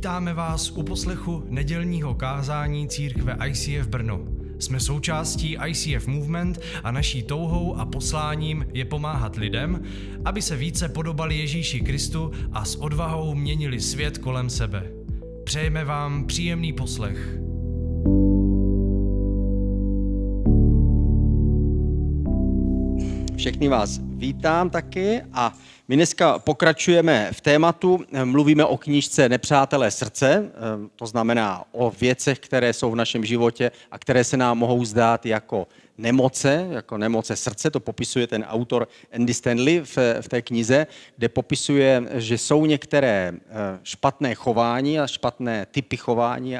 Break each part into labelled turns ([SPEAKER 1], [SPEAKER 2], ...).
[SPEAKER 1] Vítáme vás u poslechu nedělního kázání církve ICF Brno. Jsme součástí ICF Movement a naší touhou a posláním je pomáhat lidem, aby se více podobali Ježíši Kristu a s odvahou měnili svět kolem sebe. Přejeme vám příjemný poslech.
[SPEAKER 2] Všechny vás vítám taky a my dneska pokračujeme v tématu, mluvíme o knížce Nepřátelé srdce, to znamená o věcech, které jsou v našem životě a které se nám mohou zdát jako nemoce srdce, to popisuje ten autor Andy Stanley v té knize, kde popisuje, že jsou některé špatné chování a špatné typy chování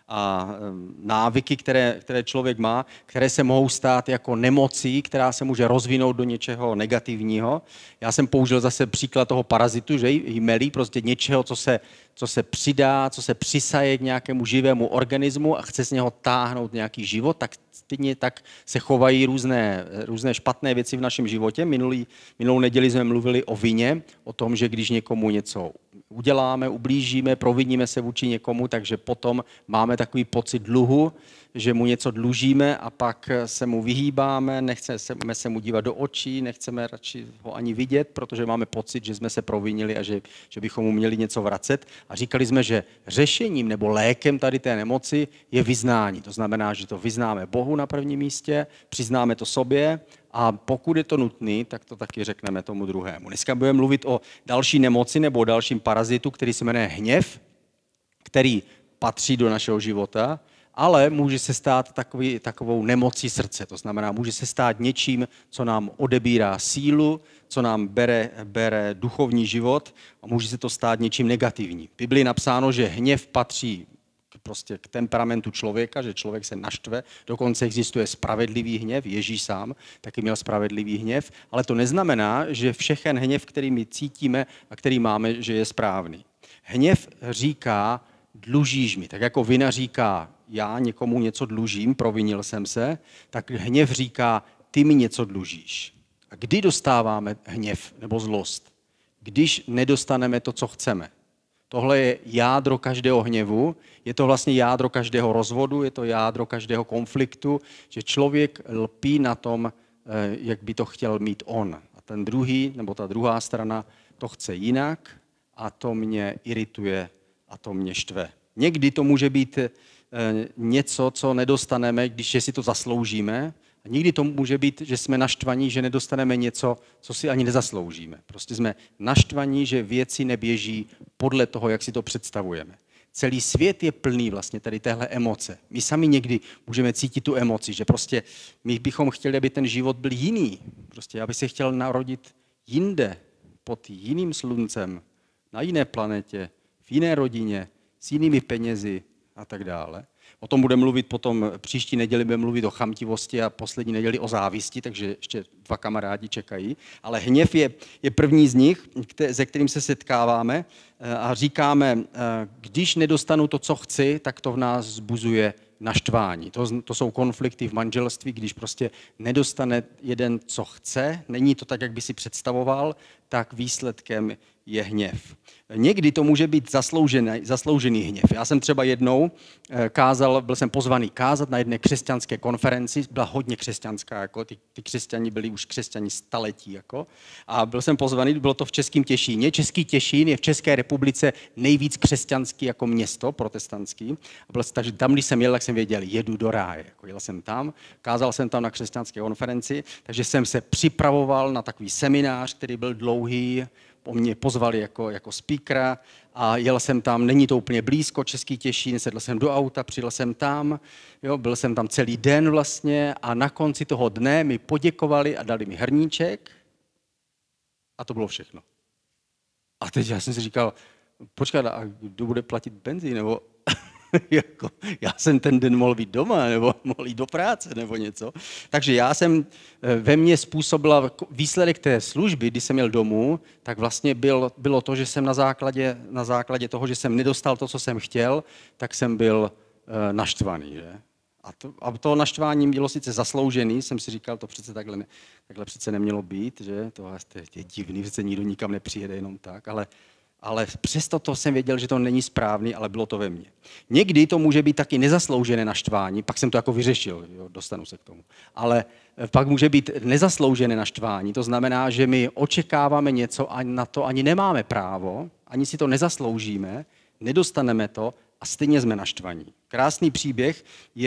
[SPEAKER 2] a návyky, které člověk má, které se mohou stát jako nemocí, která se může rozvinout do něčeho negativního. Já jsem použil zase příklad toho parazitu, že jmelí, prostě něčeho, co se přidá, co se přisaje k nějakému živému organismu a chce z něho táhnout nějaký život, tak stejně tak se chovají různé špatné věci v našem životě. Minulou neděli jsme mluvili o vině, o tom, že když někomu něco uděláme, ublížíme, proviníme se vůči někomu, takže potom máme takový pocit dluhu, že mu něco dlužíme a pak se mu vyhýbáme, nechceme se mu dívat do očí, nechceme radši ho ani vidět, protože máme pocit, že jsme se provinili a že bychom mu měli něco vracet. A říkali jsme, že řešením nebo lékem tady té nemoci je vyznání. To znamená, že to vyznáme Bohu na prvním místě, přiznáme to sobě a pokud je to nutné, tak to taky řekneme tomu druhému. Dneska budeme mluvit o další nemoci nebo o dalším parazitu, který se jmenuje hněv, který patří do našeho života, ale může se stát takovou nemocí srdce. To znamená, může se stát něčím, co nám odebírá sílu, co nám bere duchovní život a může se to stát něčím negativním. V Biblii je napsáno, že hněv patří prostě k temperamentu člověka, že člověk se naštve, dokonce existuje spravedlivý hněv, Ježíš sám taky měl spravedlivý hněv, ale to neznamená, že všechen hněv, který my cítíme a který máme, že je správný. Hněv říká, dlužíš mi, tak jako vina říká, já někomu něco dlužím, provinil jsem se, tak hněv říká, ty mi něco dlužíš. A kdy dostáváme hněv nebo zlost? Když nedostaneme to, co chceme. Tohle je jádro každého hněvu, je to vlastně jádro každého rozvodu, je to jádro každého konfliktu, že člověk lpí na tom, jak by to chtěl mít on. A ten druhý, nebo ta druhá strana, to chce jinak a to mě irituje a to mě štve. Někdy to může být něco, co nedostaneme, když si to zasloužíme. A někdy to může být, že jsme naštvaní, že nedostaneme něco, co si ani nezasloužíme. Prostě jsme naštvaní, že věci neběží podle toho, jak si to představujeme. Celý svět je plný vlastně tady téhle emoce. My sami někdy můžeme cítit tu emoci, že prostě my bychom chtěli, aby ten život byl jiný. Prostě já bych se chtěl narodit jinde, pod jiným sluncem, na jiné planetě, v jiné rodině, s jinými penězi a tak dále. O tom budeme mluvit potom, příští neděli budeme mluvit o chamtivosti a poslední neděli o závisti, takže ještě dva kamarádi čekají. Ale hněv je první z nich, se kterým se setkáváme a říkáme, když nedostanu to, co chci, tak to v nás vzbuzuje naštvání. To jsou konflikty v manželství, když prostě nedostane jeden, co chce, není to tak, jak by si představoval, tak výsledkem je hněv. Někdy to může být zasloužený hněv. Já jsem třeba jednou byl jsem pozvaný kázat na jedné křesťanské konferenci, byla hodně křesťanská, jako ty křesťani byli už křesťani staletí, jako, a byl jsem pozvaný, bylo to v Českém Těšíně. Český Těšín je v České republice nejvíc křesťanský jako město protestantský. Takže tam, když jsem jel, tak jsem věděl, jedu do ráje. Jako jel jsem tam, kázal jsem tam na křesťanské konferenci, takže jsem se připravoval na takový seminář, který byl dlouhý. Mě pozvali jako speakera a jel jsem tam, není to úplně blízko, Český Těšín, sedl jsem do auta, přijel jsem tam, byl jsem tam celý den vlastně a na konci toho dne mi poděkovali a dali mi hrníček a to bylo všechno. A teď já jsem si říkal, počkat, a kdo bude platit benzín, nebo jako, já jsem ten den mohl být doma, nebo mohl jít do práce, nebo něco. Takže já jsem ve mně způsobila výsledek té služby, když jsem jel domů, tak vlastně bylo to, že jsem na základě toho, že jsem nedostal to, co jsem chtěl, tak jsem byl naštvaný. Že? A to naštvání bylo sice zasloužený, jsem si říkal, to přece takhle přece nemělo být, že? To je divný, že se nikdo nikam nepřijede jenom tak, ale ale přesto to jsem věděl, že to není správný, ale bylo to ve mně. Někdy to může být taky nezasloužené naštvání, pak jsem to jako vyřešil, jo, dostanu se k tomu. Ale pak může být nezasloužené naštvání, to znamená, že my očekáváme něco a na to ani nemáme právo, ani si to nezasloužíme, nedostaneme to a stejně jsme naštvaní. Krásný příběh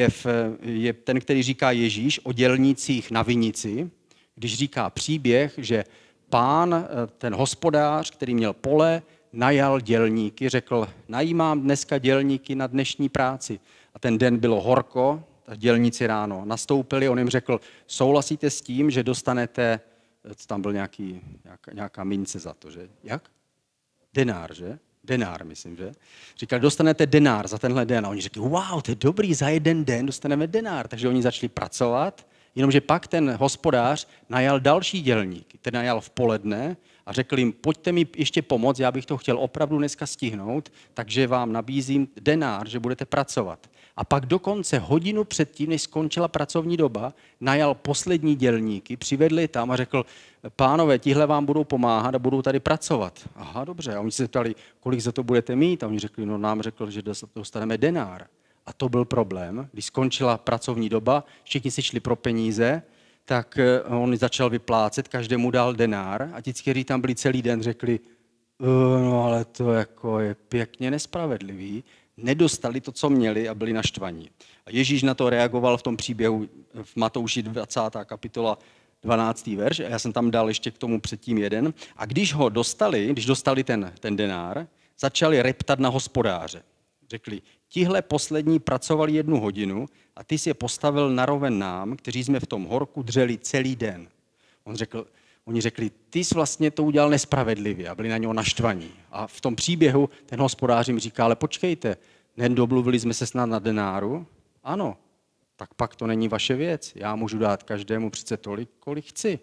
[SPEAKER 2] je ten, který říká Ježíš o dělnících na vinici, když říká příběh, že pán, ten hospodář, který měl pole, najal dělníky, řekl, najímám dneska dělníky na dnešní práci. A ten den bylo horko, tak dělníci ráno nastoupili, on jim řekl, souhlasíte s tím, že dostanete, tam byl nějaká mince za to, že? Jak? Denár, že? Denár, myslím, že? Říkal, dostanete denár za tenhle den. A oni řekli, wow, to je dobrý, za jeden den dostaneme denár. Takže oni začali pracovat, jenomže pak ten hospodář najal další dělníky. Ten najal v poledne a řekl jim, pojďte mi ještě pomoct, já bych to chtěl opravdu dneska stihnout, takže vám nabízím denár, že budete pracovat. A pak dokonce hodinu předtím, než skončila pracovní doba, najal poslední dělníky, přivedli tam a řekl, pánové, tihle vám budou pomáhat a budou tady pracovat. Aha, dobře. A oni se ptali, kolik za to budete mít? A oni řekli, no nám řekl, že dostaneme denár. A to byl problém. Když skončila pracovní doba, všichni si šli pro peníze, tak on začal vyplácet, každému dal denár a ti, kteří tam byli celý den, řekli, no ale to jako je pěkně nespravedlivý, nedostali to, co měli a byli naštvaní. A Ježíš na to reagoval v tom příběhu v Matouši 20. kapitola 12. verš, a já jsem tam dal ještě k tomu předtím jeden. A když dostali ten denár, začali reptat na hospodáře. Řekli, tihle poslední pracovali 1 hodinu a ty jsi je postavil naroven nám, kteří jsme v tom horku dřeli celý den. Oni řekli, ty jsi vlastně to udělal nespravedlivě a byli na něho naštvaní. A v tom příběhu ten hospodář jim říká, ale počkejte, nedomluvili jsme se snad na denáru? Ano, tak pak to není vaše věc. Já můžu dát každému přece tolik, kolik chci.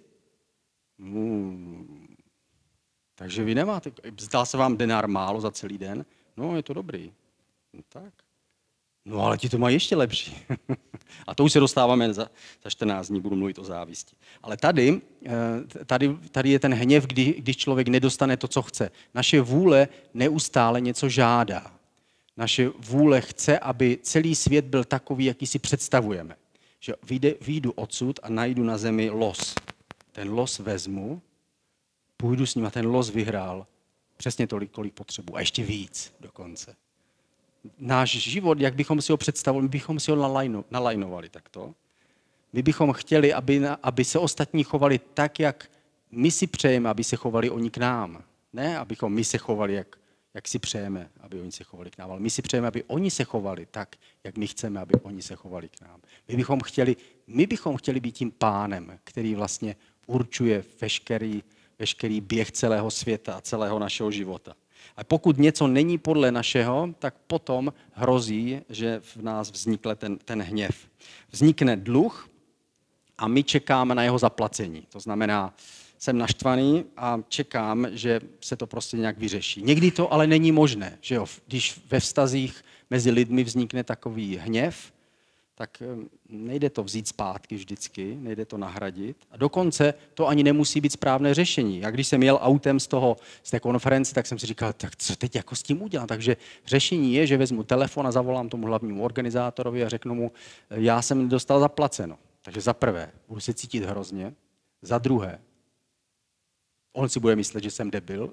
[SPEAKER 2] Takže vy nemáte, zdá se vám denár málo za celý den? No, je to dobrý. No tak. No ale ti to mají ještě lepší. A to už se dostáváme za 14 dní, budu mluvit o závisti. Ale tady je ten hněv, když člověk nedostane to, co chce. Naše vůle neustále něco žádá. Naše vůle chce, aby celý svět byl takový, jaký si představujeme. Že vyjdu odsud a najdu na zemi los. Ten los vezmu, půjdu s ním a ten los vyhrál přesně tolik, kolik potřebuji. A ještě víc dokonce. Náš život, jak bychom si ho představili, my bychom si ho nalajnovali takto. My bychom chtěli, aby se ostatní chovali tak, jak my si přejeme, aby se chovali oni k nám. Ne, abychom my se chovali, jak si přejeme, aby oni se chovali k nám, ale my si přejeme, aby oni se chovali tak, jak my chceme, aby oni se chovali k nám. My bychom chtěli být tím pánem, který vlastně určuje veškerý běh celého světa a celého našeho života. A pokud něco není podle našeho, tak potom hrozí, že v nás vznikne ten hněv. Vznikne dluh a my čekáme na jeho zaplacení. To znamená, jsem naštvaný a čekám, že se to prostě nějak vyřeší. Někdy to ale není možné, že jo? Když ve vztazích mezi lidmi vznikne takový hněv, tak nejde to vzít zpátky vždycky, nejde to nahradit. A dokonce to ani nemusí být správné řešení. Já když jsem jel autem z té konference, tak jsem si říkal, tak co teď jako s tím udělám? Takže řešení je, že vezmu telefon a zavolám tomu hlavnímu organizátorovi a řeknu mu, já jsem nedostal zaplaceno. Takže za prvé, budu se cítit hrozně. Za druhé, on si bude myslet, že jsem debil.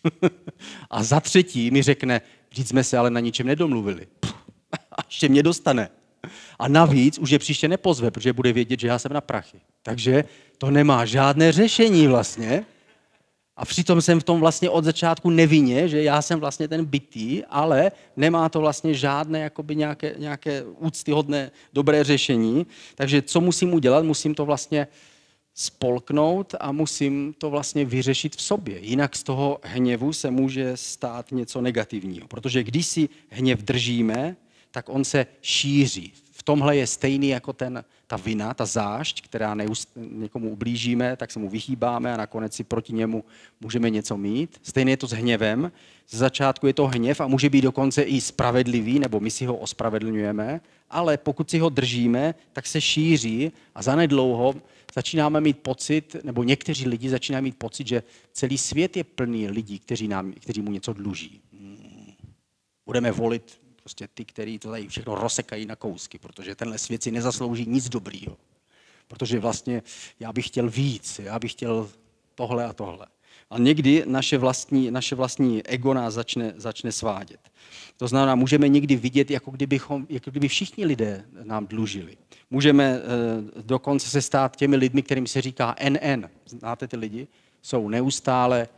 [SPEAKER 2] A za třetí mi řekne, vždyť jsme se ale na ničem nedomluvili. A ještě mě dostane. A navíc už je příště nepozve, protože bude vědět, že já jsem na prachy. Takže to nemá žádné řešení vlastně. A přitom jsem v tom vlastně od začátku nevinně, že já jsem vlastně ten bitý, ale nemá to vlastně žádné jakoby nějaké úctyhodné dobré řešení. Takže co musím udělat? Musím to vlastně spolknout a musím to vlastně vyřešit v sobě. Jinak z toho hněvu se může stát něco negativního. Protože když si hněv držíme, tak on se šíří. V tomhle je stejný jako ta vina, ta zášť, která někomu ublížíme, tak se mu vyhýbáme a nakonec si proti němu můžeme něco mít. Stejně je to s hněvem. Z začátku je to hněv a může být dokonce i spravedlivý, nebo my si ho ospravedlňujeme, ale pokud si ho držíme, tak se šíří a zanedlouho začínáme mít pocit, nebo někteří lidi začínají mít pocit, že celý svět je plný lidí, kteří mu něco dluží. Budeme volit prostě ty, kteří to tady všechno rozsekají na kousky, protože tenhle svět si nezaslouží nic dobrýho. Protože vlastně já bych chtěl víc, já bych chtěl tohle a tohle. A někdy naše vlastní ego nás začne svádět. To znamená, můžeme někdy vidět, jako kdyby všichni lidé nám dlužili. Můžeme dokonce se stát těmi lidmi, kterým se říká NN. Znáte ty lidi? Jsou neustále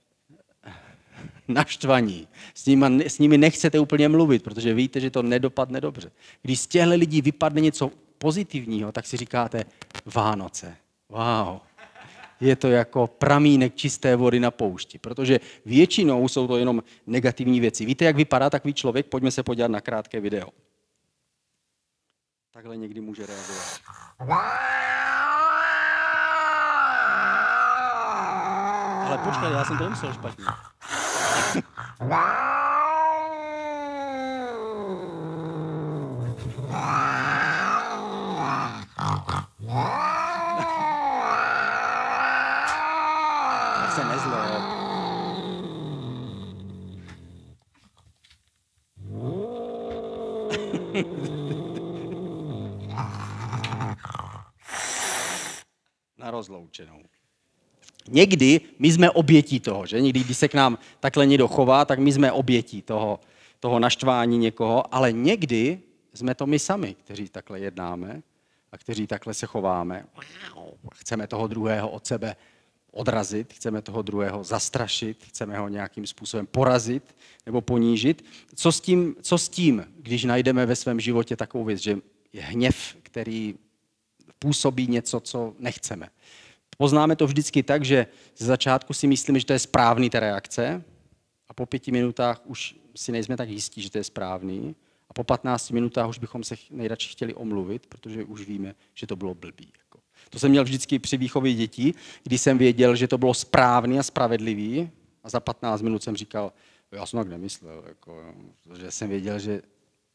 [SPEAKER 2] naštvaní. S nimi nechcete úplně mluvit, protože víte, že to nedopadne dobře. Když z těchto lidí vypadne něco pozitivního, tak si říkáte Vánoce. Wow. Je to jako pramínek čisté vody na poušti, protože většinou jsou to jenom negativní věci. Víte, jak vypadá takový člověk? Pojďme se podívat na krátké video. Takhle někdy může reagovat. Ale počkej, já jsem to nemyslel špatně. Tak se nezlob. Na rozloučenou. Někdy my jsme obětí toho, že? Někdy, když se k nám takhle někdo chová, tak my jsme obětí toho naštvání někoho, ale někdy jsme to my sami, kteří takhle jednáme a kteří takhle se chováme. Chceme toho druhého od sebe odrazit, chceme toho druhého zastrašit, chceme ho nějakým způsobem porazit nebo ponížit. Co s tím, když najdeme ve svém životě takovou věc, že je hněv, který působí něco, co nechceme. Poznáme to vždycky tak, že ze začátku si myslíme, že to je správný ta reakce a po 5 minutách už si nejsme tak jistí, že to je správný a po 15 minutách už bychom se nejradši chtěli omluvit, protože už víme, že to bylo blbý. To jsem měl vždycky při výchově dětí, kdy jsem věděl, že to bylo správný a spravedlivý a za 15 minut jsem říkal, já jsem tak nemyslel, protože jsem věděl, že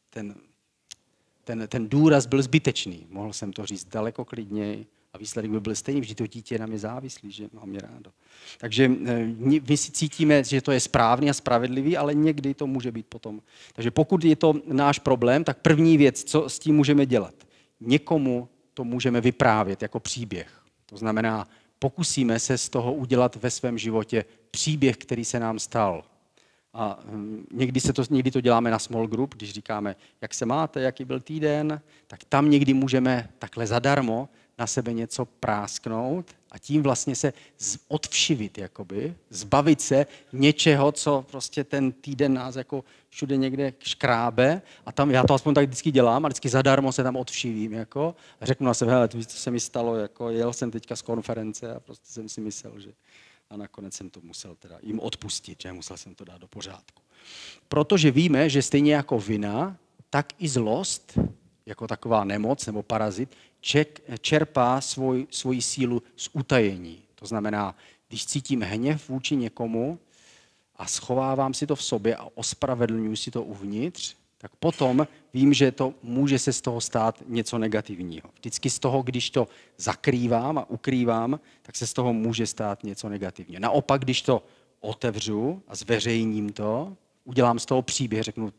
[SPEAKER 2] ten důraz byl zbytečný. Mohl jsem to říct daleko klidněji a výsledek by byl stejný, vždy to dítě je na mě závislý, že mám mě rádo. Takže my si cítíme, že to je správný a spravedlivý, ale někdy to může být potom. Takže pokud je to náš problém, tak první věc, co s tím můžeme dělat, někomu to můžeme vyprávět jako příběh. To znamená, pokusíme se z toho udělat ve svém životě příběh, který se nám stal. A někdy to děláme na small group, když říkáme, jak se máte, jaký byl týden, tak tam někdy můžeme takhle zadarmo na sebe něco prásknout a tím vlastně se odvšivit, zbavit se něčeho, co prostě ten týden nás jako všude někde škrábe a tam, já to aspoň tak vždycky dělám a vždycky zadarmo se tam odvšivím a řeknu na sebe, hele, co se mi stalo, jel jsem teďka z konference a prostě jsem si myslel, že a nakonec jsem to musel teda jim odpustit, že musel jsem to dát do pořádku. Protože víme, že stejně jako vina, tak i zlost, jako taková nemoc nebo parazit, čerpá svoji sílu z utajení. To znamená, když cítím hněv vůči někomu a schovávám si to v sobě a ospravedlňuji si to uvnitř, tak potom vím, že to může se z toho stát něco negativního. Vždycky z toho, když to zakrývám a ukrývám, tak se z toho může stát něco negativního. Naopak, když to otevřu a zveřejním to, udělám z toho příběh, řeknu,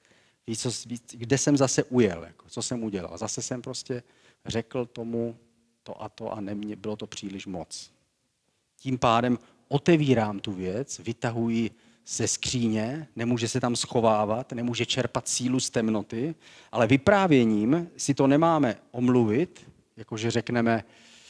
[SPEAKER 2] kde jsem zase ujel, co jsem udělal. Zase jsem prostě řekl tomu to a bylo to příliš moc. Tím pádem otevírám tu věc, vytahuji ze skříně, nemůže se tam schovávat, nemůže čerpat sílu z temnoty, ale vyprávěním si to nemáme omluvit, jakože řekneme,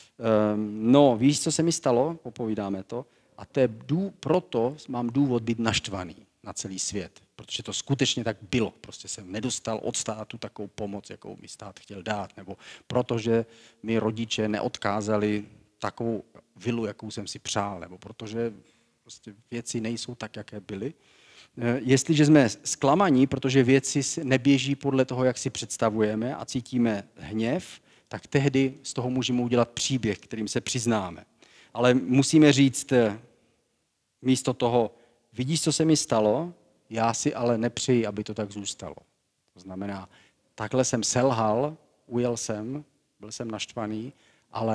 [SPEAKER 2] no víš, co se mi stalo, popovídáme to, a proto mám důvod být naštvaný na celý svět, protože to skutečně tak bylo. Prostě jsem nedostal od státu takovou pomoc, jakou mi stát chtěl dát, nebo protože mi rodiče neodkázali takovou vilu, jakou jsem si přál, nebo protože prostě věci nejsou tak, jaké byly. Jestliže jsme zklamaní, protože věci neběží podle toho, jak si představujeme a cítíme hněv, tak tehdy z toho můžeme udělat příběh, kterým se přiznáme. Ale musíme říct místo toho, vidíš, co se mi stalo, já si ale nepřeji, aby to tak zůstalo. To znamená, takhle jsem selhal, ujel jsem, byl jsem naštvaný, ale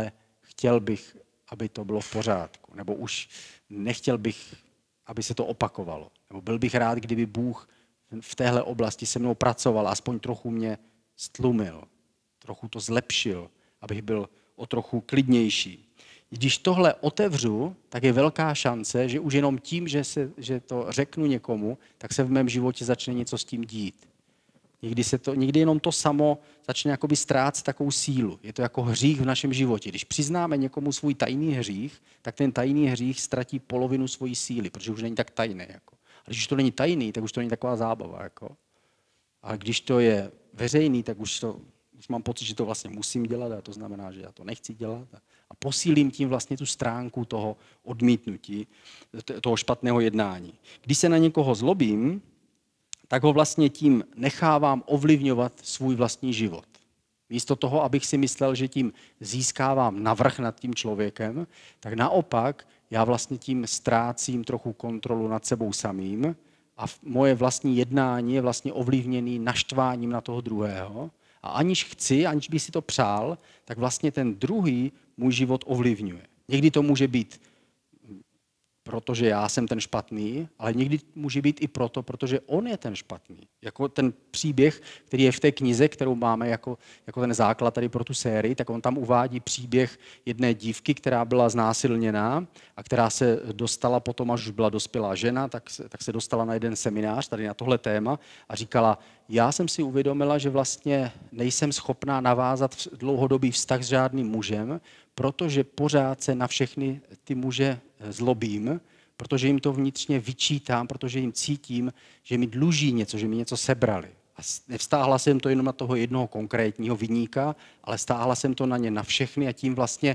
[SPEAKER 2] chtěl bych, aby to bylo v pořádku, nebo už nechtěl bych, aby se to opakovalo. Nebo byl bych rád, kdyby Bůh v téhle oblasti se mnou pracoval, aspoň trochu mě stlumil, trochu to zlepšil, abych byl o trochu klidnější. Když tohle otevřu, tak je velká šance, že už jenom tím, že to řeknu někomu, tak se v mém životě začne něco s tím dít. Někdy jenom to samo začne jakoby ztrácet takovou sílu. Je to jako hřích v našem životě. Když přiznáme někomu svůj tajný hřích, tak ten tajný hřích ztratí polovinu svojí síly, protože už není tak tajný. Jako. A když to není tajný, tak už to není taková zábava. Jako. Ale když to je veřejný, tak už mám pocit, že to vlastně musím dělat a to znamená, že já to nechci dělat. A posílím tím vlastně tu stránku toho odmítnutí, toho špatného jednání. Když se na někoho zlobím, tak ho vlastně tím nechávám ovlivňovat svůj vlastní život. Místo toho, abych si myslel, že tím získávám navrch nad tím člověkem, tak naopak já vlastně tím ztrácím trochu kontrolu nad sebou samým a moje vlastní jednání je vlastně ovlivněný naštváním na toho druhého. A aniž by si to přál, tak vlastně ten druhý můj život ovlivňuje. Někdy to může být protože já jsem ten špatný, ale někdy může být i proto, protože on je ten špatný. Jako ten příběh, který je v té knize, kterou máme jako ten základ tady pro tu sérii, tak on tam uvádí příběh jedné dívky, která byla znásilněná a která se dostala potom, až už byla dospělá žena, tak se dostala na jeden seminář tady na tohle téma a říkala, já jsem si uvědomila, že vlastně nejsem schopná navázat dlouhodobý vztah s žádným mužem, protože pořád se na všechny ty muže zlobím, protože jim to vnitřně vyčítám, protože jim cítím, že mi dluží něco, že mi něco sebrali. A nevstáhla jsem to jenom na toho jednoho konkrétního viníka, ale stáhla jsem to na ně na všechny a tím vlastně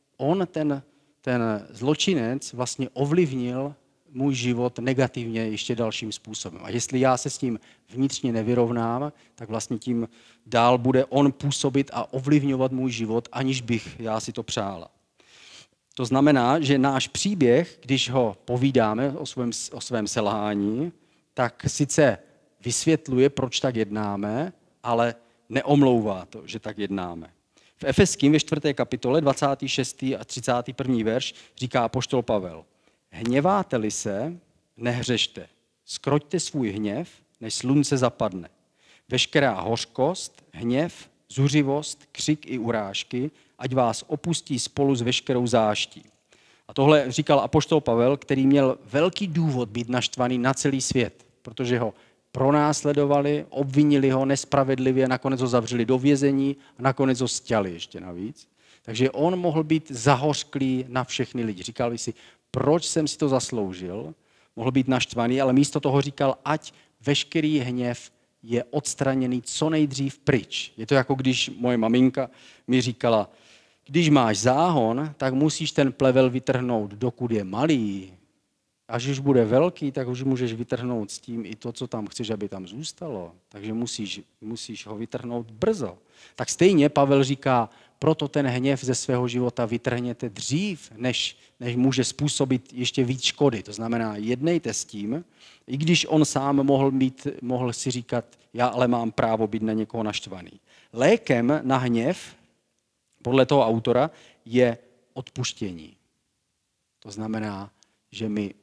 [SPEAKER 2] ten zločinec vlastně ovlivnil můj život negativně ještě dalším způsobem. A jestli já se s tím vnitřně nevyrovnám, tak vlastně tím dál bude on působit a ovlivňovat můj život, aniž bych já si to přála. To znamená, že náš příběh, když ho povídáme o svém selhání, tak sice vysvětluje, proč tak jednáme, ale neomlouvá to, že tak jednáme. V Efeským ve 4. kapitole 26. a 31. verš říká apoštol Pavel: Hněváte-li se, nehřešte. Skroťte svůj hněv, než slunce zapadne. Veškerá hořkost, hněv, zuřivost, křik i urážky, ať vás opustí spolu s veškerou záští. A tohle říkal apoštol Pavel, který měl velký důvod být naštvaný na celý svět, protože ho pronásledovali, obvinili ho nespravedlivě, nakonec ho zavřeli do vězení a nakonec ho sťali ještě navíc. Takže on mohl být zahořklý na všechny lidi. Říkal by si, proč jsem si to zasloužil, mohl být naštvaný, ale místo toho říkal, ať veškerý hněv je odstraněný co nejdřív pryč. Je to jako když moje maminka mi říkala, když máš záhon, tak musíš ten plevel vytrhnout, dokud je malý. Až už bude velký, tak už můžeš vytrhnout s tím i to, co tam chceš, aby tam zůstalo. Takže musíš ho vytrhnout brzo. Tak stejně Pavel říká, proto ten hněv ze svého života vytrhněte dřív, než může způsobit ještě víc škody. To znamená, jednejte s tím, i když on sám mohl si říkat, já ale mám právo být na někoho naštvaný. Lékem na hněv, podle toho autora, je odpuštění. To znamená, že my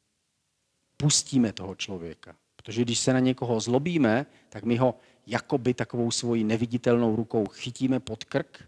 [SPEAKER 2] pustíme toho člověka. Protože když se na někoho zlobíme, tak my ho jakoby takovou svojí neviditelnou rukou chytíme pod krk.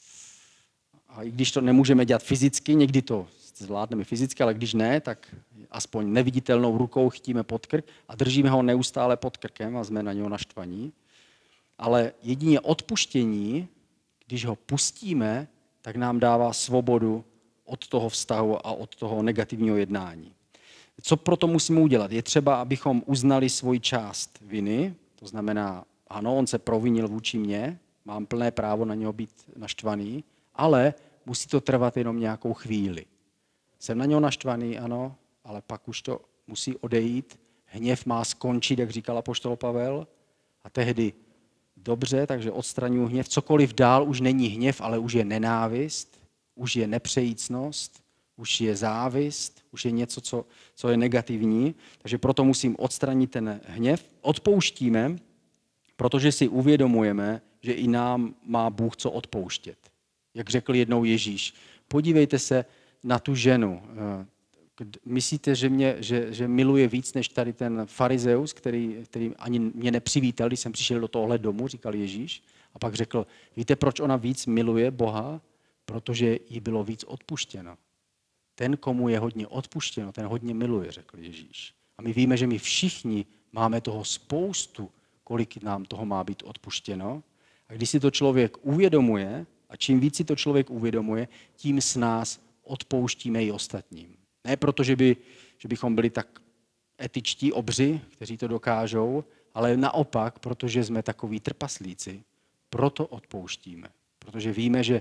[SPEAKER 2] A i když to nemůžeme dělat fyzicky, někdy to zvládneme fyzicky, ale když ne, tak aspoň neviditelnou rukou chytíme pod krk a držíme ho neustále pod krkem a jsme na něho naštvaní. Ale jedině odpuštění, když ho pustíme, tak nám dává svobodu od toho vztahu a od toho negativního jednání. Co proto musíme udělat? Je třeba, abychom uznali svoji část viny, to znamená, ano, on se provinil vůči mně, mám plné právo na něho být naštvaný, ale musí to trvat jenom nějakou chvíli. Jsem na něho naštvaný, ano, ale pak už to musí odejít. Hněv má skončit, jak říkal apoštol Pavel, a tehdy dobře, takže odstraňuji hněv. Cokoliv dál už není hněv, ale už je nenávist, už je nepřejícnost, už je závist, už je něco, co je negativní. Takže proto musím odstranit ten hněv. Odpouštíme, protože si uvědomujeme, že i nám má Bůh co odpouštět. Jak řekl jednou Ježíš, podívejte se na tu ženu. Myslíte, že miluje víc než tady ten farizeus, který ani mě nepřivítal, když jsem přišel do tohohle domu, říkal Ježíš. A pak řekl, víte, proč ona víc miluje Boha? Protože jí bylo víc odpuštěno. Ten, komu je hodně odpuštěno, ten hodně miluje, řekl Ježíš. A my víme, že my všichni máme toho spoustu, kolik nám toho má být odpuštěno. A když si to člověk uvědomuje, a čím víc si to člověk uvědomuje, tím s nás odpouštíme i ostatním. Ne proto, že bychom byli tak etičtí obři, kteří to dokážou, ale naopak, protože jsme takoví trpaslíci. Proto odpouštíme. Protože víme, že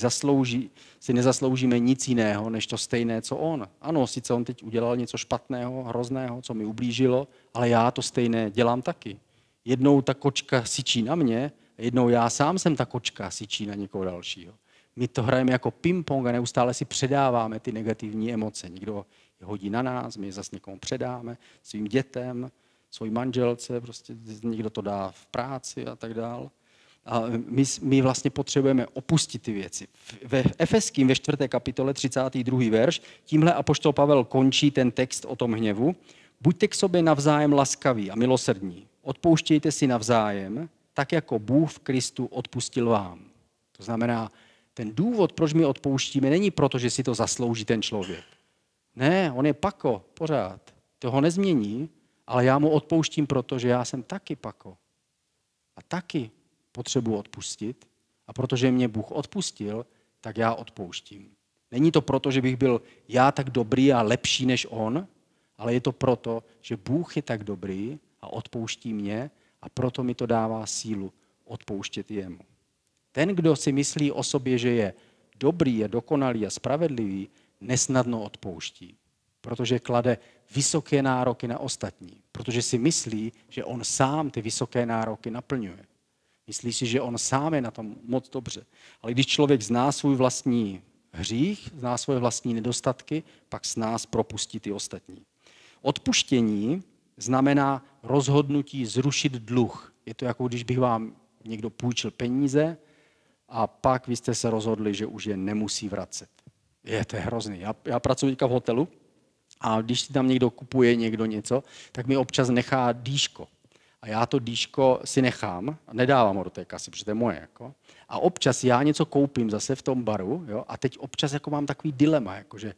[SPEAKER 2] si nezasloužíme nic jiného, než to stejné, co on. Ano, sice on teď udělal něco špatného, hrozného, co mi ublížilo, ale já to stejné dělám taky. Jednou ta kočka syčí na mě, a jednou já sám jsem ta kočka syčí na někoho dalšího. My to hrajeme jako ping-pong a neustále si předáváme ty negativní emoce. Někdo je hodí na nás, my je zase někomu předáme, svým dětem, svojí manželce, prostě někdo to dá v práci a tak dál. A my vlastně potřebujeme opustit ty věci. Ve Efeským ve 4. kapitole 32. verš, tímhle apoštol Pavel končí ten text o tom hněvu. Buďte k sobě navzájem laskaví a milosrdní. Odpouštějte si navzájem, tak jako Bůh v Kristu odpustil vám. To znamená, ten důvod, proč my odpouštíme, není proto, že si to zaslouží ten člověk. Ne, on je pako, pořád. To ho nezmění, ale já mu odpouštím, protože já jsem taky pako. A taky potřebuji odpustit. A protože mě Bůh odpustil, tak já odpouštím. Není to proto, že bych byl já tak dobrý a lepší než on, ale je to proto, že Bůh je tak dobrý a odpouští mě a proto mi to dává sílu odpouštět jemu. Ten, kdo si myslí o sobě, že je dobrý, je dokonalý a spravedlivý, nesnadno odpouští, protože klade vysoké nároky na ostatní, protože si myslí, že on sám ty vysoké nároky naplňuje. Myslí si, že on sám je na tom moc dobře. Ale když člověk zná svůj vlastní hřích, zná svoje vlastní nedostatky, pak s nás propustí ty ostatní. Odpuštění znamená rozhodnutí zrušit dluh. Je to jako když bych vám někdo půjčil peníze a pak vy jste se rozhodli, že už je nemusí vracet. To je hrozný. Já pracuji teďka v hotelu a když si tam někdo kupuje něco, tak mi občas nechá dýško. A já to dýško si nechám a nedávám ho do té kasy, protože to je moje. Jako. A občas já něco koupím zase v tom baru, jo, a teď občas jako mám takový dilema, jakože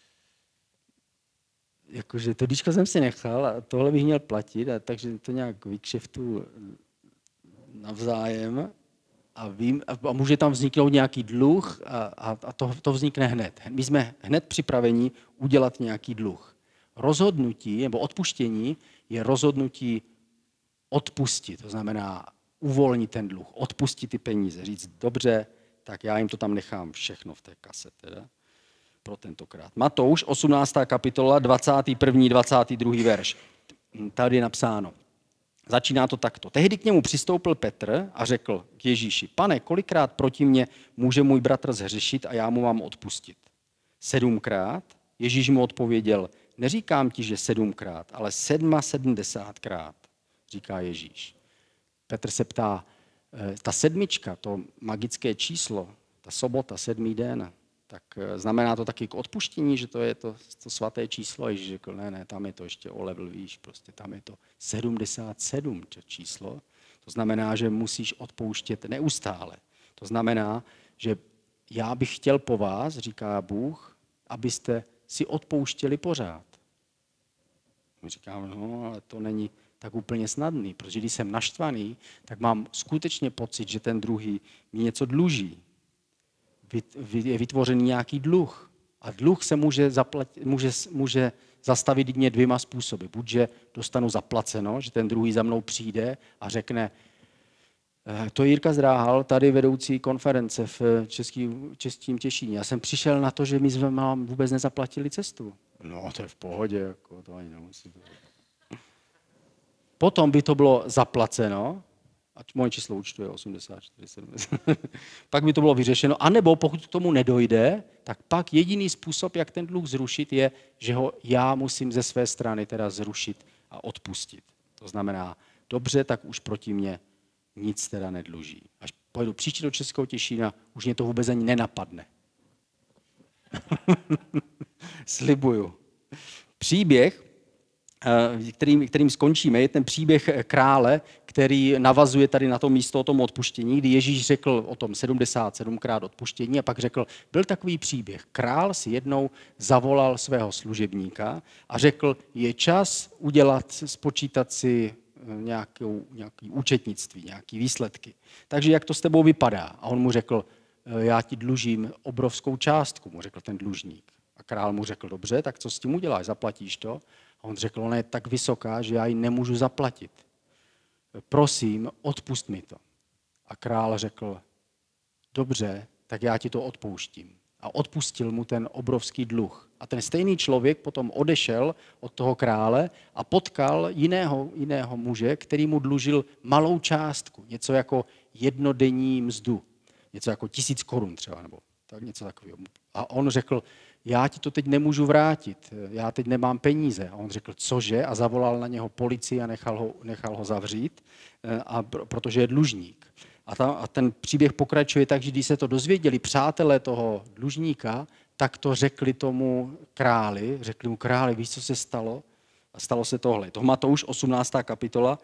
[SPEAKER 2] to dýško jsem si nechal a tohle bych měl platit, takže to nějak vykšeftu navzájem a může tam vzniknout nějaký dluh a to vznikne hned. My jsme hned připraveni udělat nějaký dluh. Rozhodnutí nebo odpuštění je rozhodnutí odpustit, to znamená uvolnit ten dluh, odpustit ty peníze, říct dobře, tak já jim to tam nechám všechno v té kase teda, pro tentokrát. Matouš, 18. kapitola, 21. 22. verš. Tady je napsáno. Začíná to takto. Tehdy k němu přistoupil Petr a řekl k Ježíši, Pane, kolikrát proti mně může můj bratr zhřešit a já mu mám odpustit? 7krát? Ježíš mu odpověděl, neříkám ti, že 7krát, ale 77krát, říká Ježíš. Petr se ptá, ta 7, to magické číslo, ta sobota, 7. den, tak znamená to taky k odpuštění, že to je to svaté číslo? Ježíš řekl, ne, tam je to ještě o level výš, prostě tam je to 77 číslo. To znamená, že musíš odpouštět neustále. To znamená, že já bych chtěl po vás, říká Bůh, abyste si odpouštěli pořád. My říkáme, no, ale to není tak úplně snadný, protože když jsem naštvaný, tak mám skutečně pocit, že ten druhý mi něco dluží. Je vytvořený nějaký dluh. A dluh se může zastavit jedině 2 způsoby. Buď, že dostanu zaplaceno, že ten druhý za mnou přijde a řekne, to je Jirka Zdráhal, tady vedoucí konference v Českém Těšíně. Já jsem přišel na to, že my jsme vám vůbec nezaplatili cestu. No, to je v pohodě, jako, to ani nemusí. Potom by to bylo zaplaceno, ať moje číslo účtu je 84, 70. Pak by to bylo vyřešeno. A nebo pokud k tomu nedojde, tak pak jediný způsob, jak ten dluh zrušit, je, že ho já musím ze své strany teda zrušit a odpustit. To znamená, dobře, tak už proti mně nic teda nedluží. Až pojedu příště do Českého Těšína, už mě to vůbec ani nenapadne. Slibuju. Příběh, kterým skončíme, je ten příběh krále, který navazuje tady na to místo o tom odpuštění, kdy Ježíš řekl o tom 77krát odpuštění a pak řekl, byl takový příběh. Král si jednou zavolal svého služebníka a řekl, je čas spočítat si nějaký účetnictví, nějaké výsledky. Takže jak to s tebou vypadá? A on mu řekl, já ti dlužím obrovskou částku, mu řekl ten dlužník. A král mu řekl, dobře, tak co s tím uděláš, zaplatíš to? A on řekl, ona je tak vysoká, že já ji nemůžu zaplatit. Prosím, odpust mi to. A král řekl, dobře, tak já ti to odpouštím. A odpustil mu ten obrovský dluh. A ten stejný člověk potom odešel od toho krále a potkal jiného muže, který mu dlužil malou částku, něco jako jednodenní mzdu, něco jako 1000 korun třeba, nebo tak něco takového. A on řekl, já ti to teď nemůžu vrátit, já teď nemám peníze. A on řekl, cože? A zavolal na něho policii a nechal ho zavřít, protože je dlužník. A ten příběh pokračuje tak, že když se to dozvěděli přátelé toho dlužníka, tak to řekli tomu králi, víš, co se stalo? A stalo se tohle. To Matouš 18. kapitola,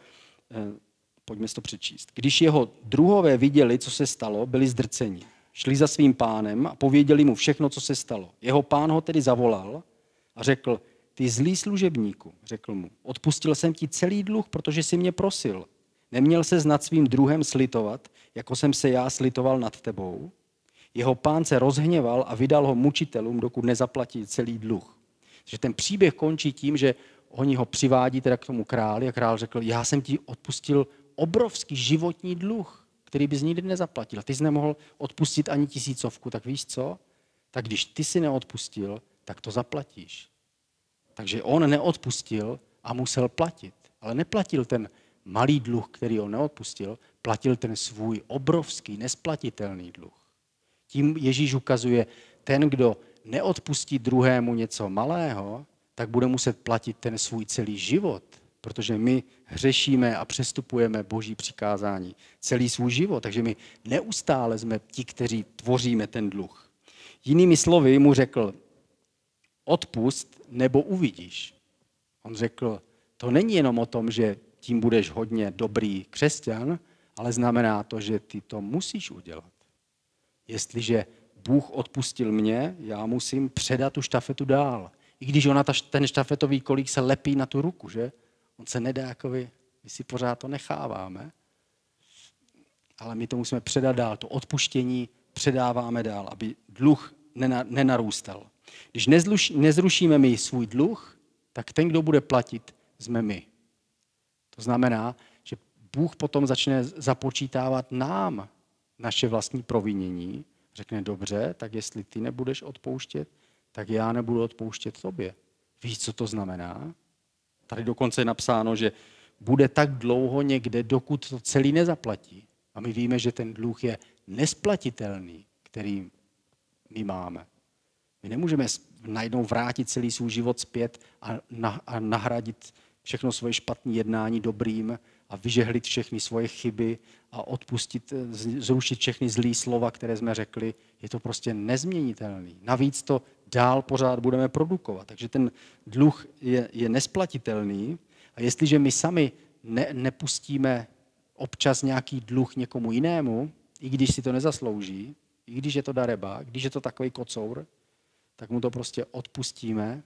[SPEAKER 2] pojďme si to přečíst. Když jeho druhové viděli, co se stalo, byli zdrceni. Šli za svým pánem a pověděli mu všechno, co se stalo. Jeho pán ho tedy zavolal a řekl, ty zlý služebníku, řekl mu, odpustil jsem ti celý dluh, protože jsi mě prosil. Neměl ses nad svým druhem slitovat, jako jsem se já slitoval nad tebou. Jeho pán se rozhněval a vydal ho mučitelům, dokud nezaplatí celý dluh. Takže ten příběh končí tím, že oni ho přivádí teda k tomu králi a král řekl, já jsem ti odpustil obrovský životní dluh, který bys nikdy nezaplatil. Ty jsi nemohl odpustit ani 1000, tak víš co? Tak když ty si neodpustil, tak to zaplatíš. Takže on neodpustil a musel platit. Ale neplatil ten malý dluh, který on neodpustil, platil ten svůj obrovský, nesplatitelný dluh. Tím Ježíš ukazuje, ten, kdo neodpustí druhému něco malého, tak bude muset platit ten svůj celý život, protože my hřešíme a přestupujeme Boží přikázání celý svůj život, takže my neustále jsme ti, kteří tvoříme ten dluh. Jinými slovy mu řekl, odpust nebo uvidíš. On řekl, to není jenom o tom, že tím budeš hodně dobrý křesťan, ale znamená to, že ty to musíš udělat. Jestliže Bůh odpustil mě, já musím předat tu štafetu dál. I když ten štafetový kolík se lepí na tu ruku, že? On se nedá jakoby, my si pořád to necháváme, ale my to musíme předat dál. To odpuštění předáváme dál, aby dluh nenarůstal. Když nezrušíme my svůj dluh, tak ten, kdo bude platit, jsme my. To znamená, že Bůh potom začne započítávat nám naše vlastní provinění. Řekne, dobře, tak jestli ty nebudeš odpouštět, tak já nebudu odpouštět tobě. Víš, co to znamená? Tady dokonce je napsáno, že bude tak dlouho někde, dokud to celý nezaplatí. A my víme, že ten dluh je nesplatitelný, který my máme. My nemůžeme najednou vrátit celý svůj život zpět a nahradit všechno svoje špatné jednání dobrým a vyžehlit všechny svoje chyby a odpustit, zrušit všechny zlý slova, které jsme řekli. Je to prostě nezměnitelný. Navíc to dál pořád budeme produkovat. Takže ten dluh je nesplatitelný a jestliže my sami nepustíme občas nějaký dluh někomu jinému, i když si to nezaslouží, i když je to darebák, když je to takový kocour, tak mu to prostě odpustíme,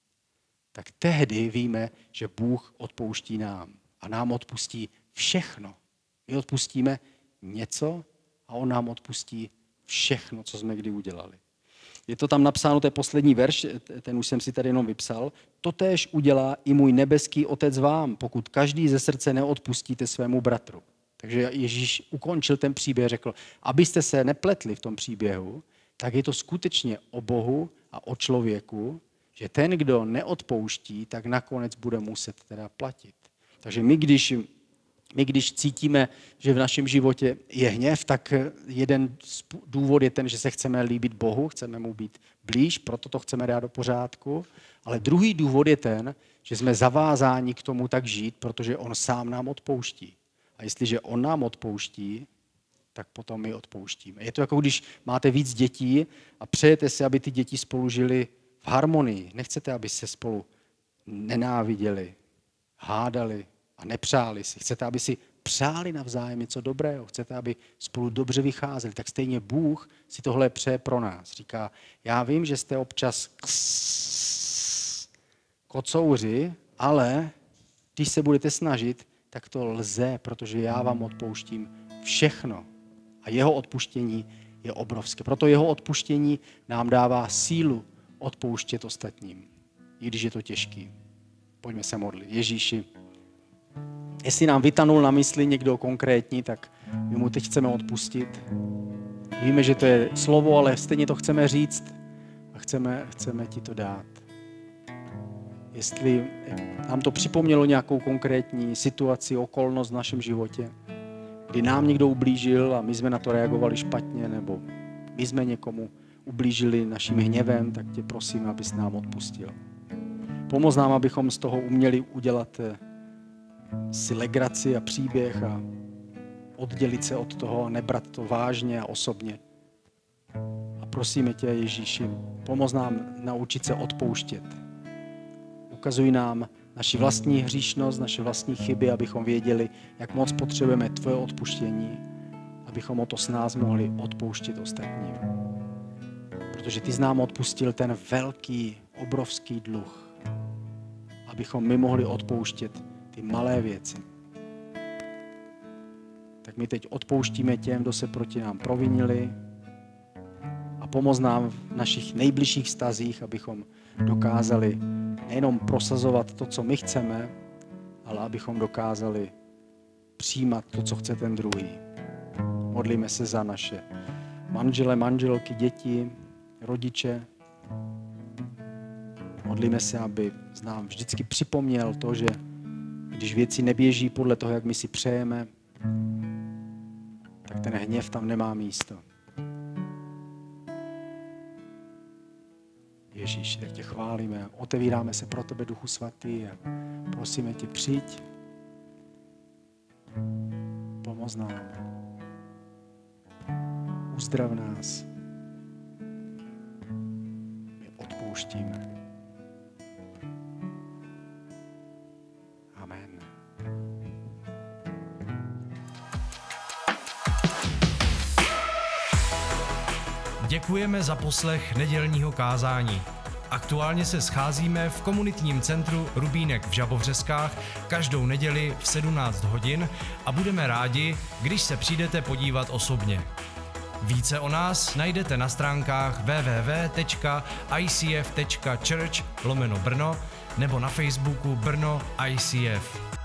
[SPEAKER 2] tak tehdy víme, že Bůh odpouští nám. A nám odpustí všechno. My odpustíme něco a on nám odpustí všechno, co jsme kdy udělali. Je to tam napsáno, to je poslední verš, ten už jsem si tady jenom vypsal. Totéž udělá i můj nebeský Otec vám, pokud každý ze srdce neodpustíte svému bratru. Takže Ježíš ukončil ten příběh, řekl, abyste se nepletli v tom příběhu, tak je to skutečně o Bohu a o člověku, že ten, kdo neodpouští, tak nakonec bude muset teda platit. Takže my, když cítíme, že v našem životě je hněv, tak jeden důvod je ten, že se chceme líbit Bohu, chceme mu být blíž, proto to chceme dát do pořádku. Ale druhý důvod je ten, že jsme zavázáni k tomu tak žít, protože on sám nám odpouští. A jestliže on nám odpouští, tak potom my odpouštíme. Je to jako když máte víc dětí a přejete si, aby ty děti spolu žili v harmonii. Nechcete, aby se spolu nenáviděli, hádali a nepřáli si. Chcete, aby si přáli navzájem něco dobrého. Chcete, aby spolu dobře vycházeli. Tak stejně Bůh si tohle přeje pro nás. Říká, já vím, že jste občas kocouři, ale když se budete snažit, tak to lze, protože já vám odpouštím všechno. A jeho odpuštění je obrovské. Proto jeho odpuštění nám dává sílu odpouštět ostatním, i když je to těžký. Pojďme se modlit. Ježíši, jestli nám vytanul na mysli někdo konkrétní, tak my mu teď chceme odpustit. Víme, že to je slovo, ale stejně to chceme říct a chceme ti to dát. Jestli nám to připomnělo nějakou konkrétní situaci, okolnost v našem životě, kdy nám někdo ublížil a my jsme na to reagovali špatně, nebo my jsme někomu ublížili naším hněvem, tak tě prosím, abys nám odpustil. Pomoz nám, abychom z toho uměli udělat si legraci a příběh a oddělit se od toho a nebrat to vážně a osobně. A prosíme tě, Ježíši, pomoz nám naučit se odpouštět. Ukazuj nám naši vlastní hříšnost, naše vlastní chyby, abychom věděli, jak moc potřebujeme tvoje odpuštění, abychom o to s nás mohli odpouštět ostatním. Protože ty jsi nám odpustil ten velký, obrovský dluh, abychom my mohli odpouštět ty malé věci. Tak my teď odpouštíme těm, kdo se proti nám provinili a pomoz nám v našich nejbližších vztazích, abychom dokázali nejenom prosazovat to, co my chceme, ale abychom dokázali přijímat to, co chce ten druhý. Modlíme se za naše manžele, manželky, děti, rodiče. Modlíme se, aby nám vždycky připomněl to, že když věci neběží podle toho, jak my si přejeme, tak ten hněv tam nemá místo. Ježíši, tak tě chválíme, otevíráme se pro tebe, Duchu Svatý, a prosíme tě, přijď, pomoz nám, uzdrav nás, my odpouštíme. Amen.
[SPEAKER 1] Děkujeme za poslech nedělního kázání. Aktuálně se scházíme v komunitním centru Rubínek v Žabovřeskách každou neděli v 17 hodin a budeme rádi, když se přijdete podívat osobně. Více o nás najdete na stránkách www.icf.church/Brno nebo na Facebooku Brno ICF.